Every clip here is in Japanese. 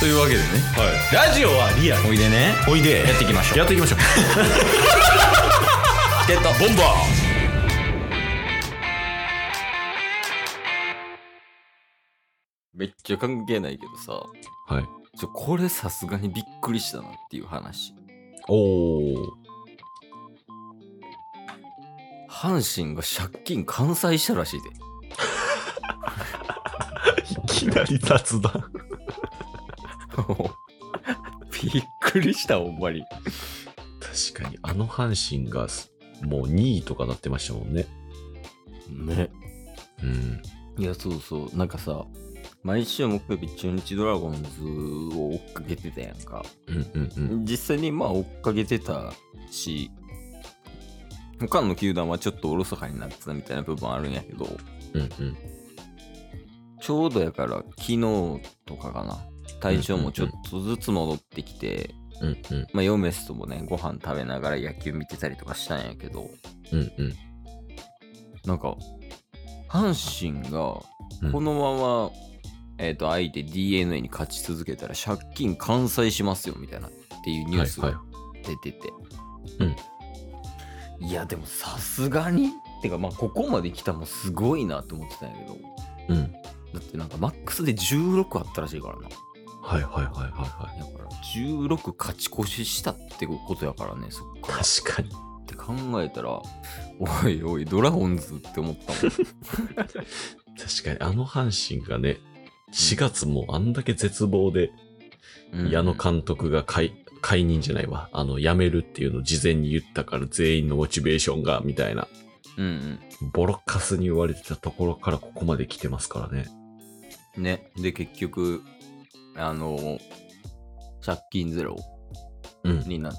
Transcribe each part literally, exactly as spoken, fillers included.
というわけでね、 はい、ラジオはリアル。 おいでね、 おいでやっていきましょう。 やっていきましょうチケットボンバー。めっちゃ関係ないけどさ、 はい、 ちょこれさすがにびっくりしたなっていう話。 おー、 阪神が借金完済したらしいで。 いきなり雑談びっくりしたほんまに。 確かにあの阪神がもうにいとかなってましたもんね。 ね。 うん。 いやそうそう、なんかさ、毎週木曜日中日ドラゴンズを追っかけてたやんか。 うんうんうん。 実際にまあ追っかけてたし、他の球団はちょっとおろそかになってたみたいな部分あるんやけど、 うんうん。 ちょうどやから昨日とかかな、体調もちょっとずつ戻ってきて、 うんうん。 まあヨメスともねご飯食べながら野球見てたりとかしたんやけど、 うんうん。 なんか阪神がこのまま、うん、えっと相手 ディーエヌエー に勝ち続けたら借金完済しますよみたいなっていうニュースが出てて、 はいはい、 うん、いやでもさすがにってかまあここまで来たもすごいなって思ってたんやけど、 うん、 だってなんかマックスでじゅうろくあったらしいからな。 はいはいはいはいはい。 だからじゅうろく勝ち越ししたってことやからね、そっから。 確かに。 って考えたら、おいおいドラゴンズって思ったもん。 確かにあの阪神がね、しがつもあんだけ絶望で、うん、矢野監督が解解任じゃないわ、あの辞めるっていうのを事前に言ったから全員のモチベーションがみたいな、 うんうん、 ボロカスに言われてたところからここまで来てますからね。 ね、で結局あの借金ゼロになって、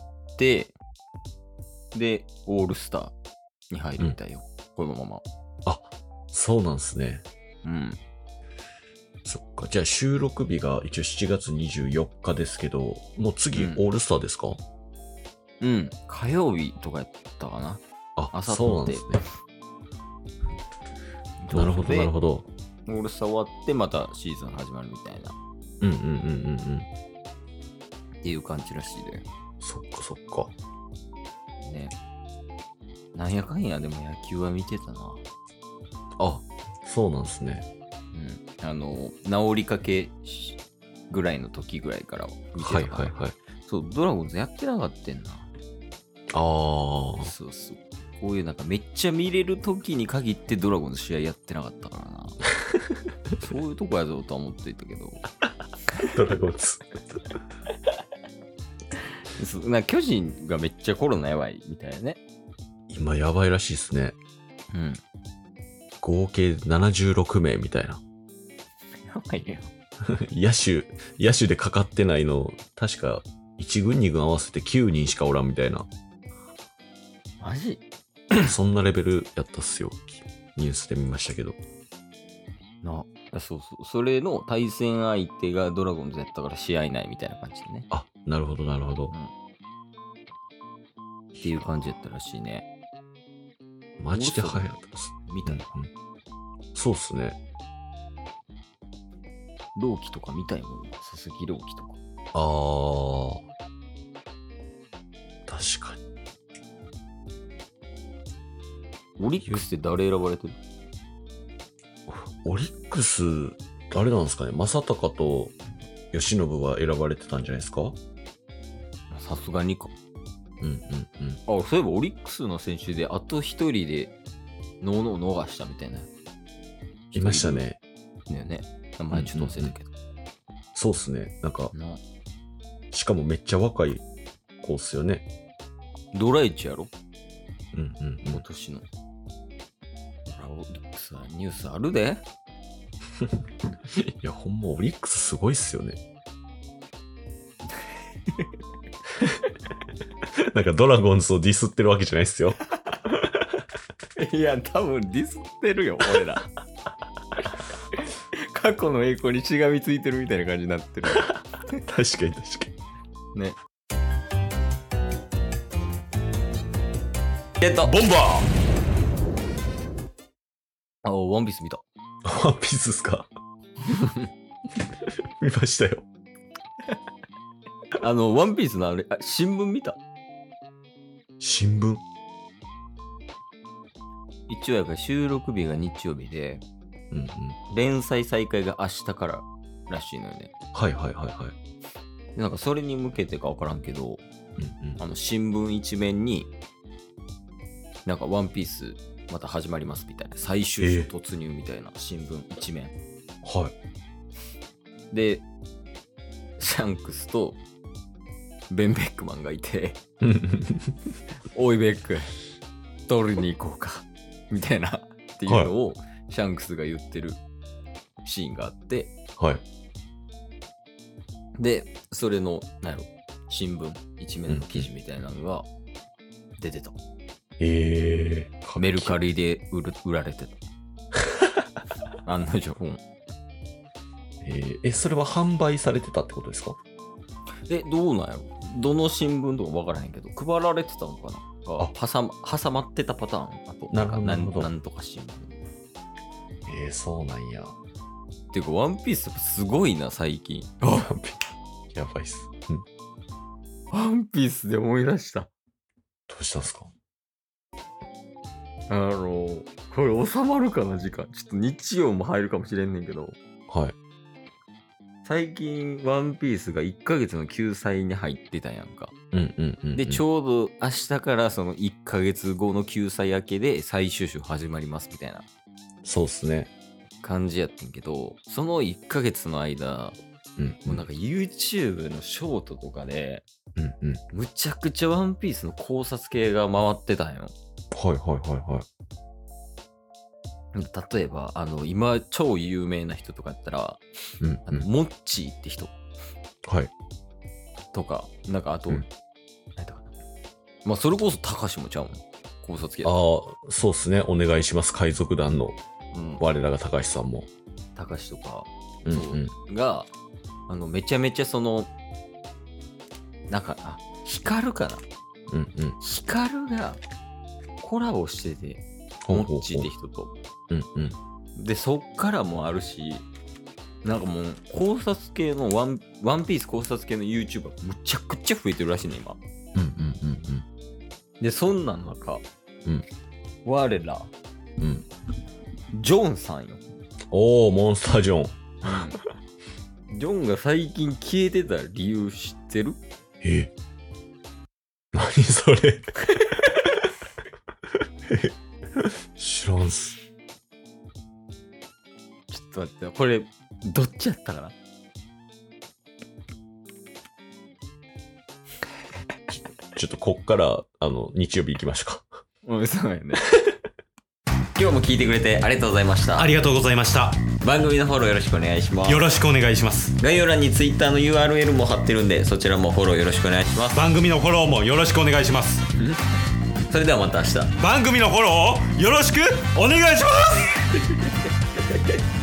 うん、でオールスターに入るみたいよ、うん、このまま。 あ、そうなんすね。 うん。 そっか。じゃあ収録日が一応しちがつにじゅうよっかですけど、もう次オールスターですか？ うん、うん、火曜日とかやったかな。 あ、あさってそうなんですね。なるほどなるほど。 オールスター終わってまたシーズン始まるみたいな。 うんうんうんうんうん。 っていう感じらしいで。 そっかそっか。 ね。なんやかんやでも野球は見てたな。 あ、そうなんですね。 うん。あの、治りかけぐらいの時ぐらいから見てたから。はいはいはい。そう、ドラゴンズやってなかったんな。ああ。 そうそう。こういうなんかめっちゃ見れる時に限ってドラゴンズ試合やってなかったからな。そういうとこやぞとは思っていたけど。 ドラゴンズ。なんか巨人がめっちゃコロナやばいみたいなね。 今やばいらしいですね。 うん。 合計ななじゅうろくめいみたいな。 やばいよ。 野手、野手でかかってないの、確かいち軍に軍合わせてきゅうにんしかおらんみたいな。 マジ？ そんなレベルやったっすよ。ニュースで見ましたけど。 な、そうそう。それの対戦相手がドラゴンズやったから試合ないみたいな感じでね。 あ、なるほどなるほど。 うん、っていう感じやったらしいね。 マジで流行ったっす。 見たの、 うんうん、そうっすね。 朗希とか見たいもんな。佐々木朗希とか。 あー。確かに。 オリックスって誰選ばれてる？ オリックス、誰なんですかね。正隆と由伸は選ばれてたんじゃないですか？ さすがにか。 うんうんうん。あ、そういえばオリックスの選手であと一人でノーノー逃したみたいな。 いましたね。 ねえね。名前ちょっと忘れたけど。 うんうんうん、そうっすね。なんかな、 しかもめっちゃ若い子っすよね。 ドライチやろ？ うんうん、うん。 今年の。オリックスはニュースあるで。 いやほんまオリックスすごいっすよね。なんかドラゴンズをディスってるわけじゃないっすよ。 いや多分ディスってるよ俺ら。過去の栄光にしがみついてるみたいな感じになってる。 確かに確かにね。ゲットボンバー。あ、ワンピース見た。 ワンピースっすか？見ましたよ。 あの、ワンピースのあれ、あ新聞見た？ 新聞？ 一応やから収録日が日曜日で、 うんうん。 連載再開が明日かららしいのよね。 はいはいはいはい。 なんかそれに向けてか分からんけど、 うんうん。 あの新聞一面に、なんかワンピースまた始まりますみたいな、最終章突入みたいな新聞一面。 はい。 で、シャンクスとベン・ベックマンがいて、おいベック、取りに行こうか、みたいなっていうのをシャンクスが言ってるシーンがあって、 はい。 で、それの、なんやろ、新聞一面の記事みたいなのが出てた。 えー、 メルカリで売る売られてた。案の定、うん。 えー、え、それは販売されてたってことですか？ え、どうなんやろ、どの新聞とか分からへんけど、配られてたのかなあ、挟ま、挟まってたパターン。あと、 なるほどなるほど。 なんとか新聞。 えー、そうなんや。 ていうか、ワンピースすごいな、最近。 ワンピース。やばいっす。うん。 ワンピースで思い出した。 どうしたんすか？ あの、これ収まるかな、時間。ちょっと日曜も入るかもしれんねんけど。 はい。 最近、ワンピースがいっかげつの救済に入ってたやんか。 うんうんうん、うん。 で、ちょうど明日からそのいっかげつごの救済明けで最終章始まりますみたいな。 そうっすね。 感じやってんけど、そのいっかげつの間、 うんうん、 もうなんか YouTube のショートとかで、 うんうん、 むちゃくちゃワンピースの考察系が回ってたんよ。 はいはいはいはい。 例えば、あの、今超有名な人とかやったら、 うんうん、 あのモッチーって人。 はい。 とか、なんかあと、 うん、 何だかな。まあ、それこそ高しもちゃうもん。考察系。 ああ、そうっすね。お願いします。海賊団の、 うん、 我らが高橋さんも。 高しとか、 うんうん、 そうが、あの、めちゃめちゃその、なんか、あ、ヒカルかな。 うんうん。 ヒカルがコラボしてて、モッチーって人と。 うんうん。 で、そっからもあるし、なんかもう考察系のワン、ワンピース考察系の YouTuber むちゃくちゃ増えてるらしいね、今。 うんうんうんうん。 で、そんなん中、 うん、 我ら、 うん、 ジョンさんよ。 おー、モンスタージョン。 うん、ジョンが最近消えてた理由知ってる？ え何それ知らんす。 ちょっと待って、これ、どっちやったかな？ ち, ちょっとこっから、あの、日曜日行きましょうか。 うん、そうやね。今日も聞いてくれてありがとうございました。 ありがとうございました。 番組のフォローよろしくお願いします。 よろしくお願いします。 概要欄に Twitter の ユーアールエル も貼ってるんで、そちらもフォローよろしくお願いします。 番組のフォローもよろしくお願いします。 それではまた明日。 番組のフォローをよろしくお願いします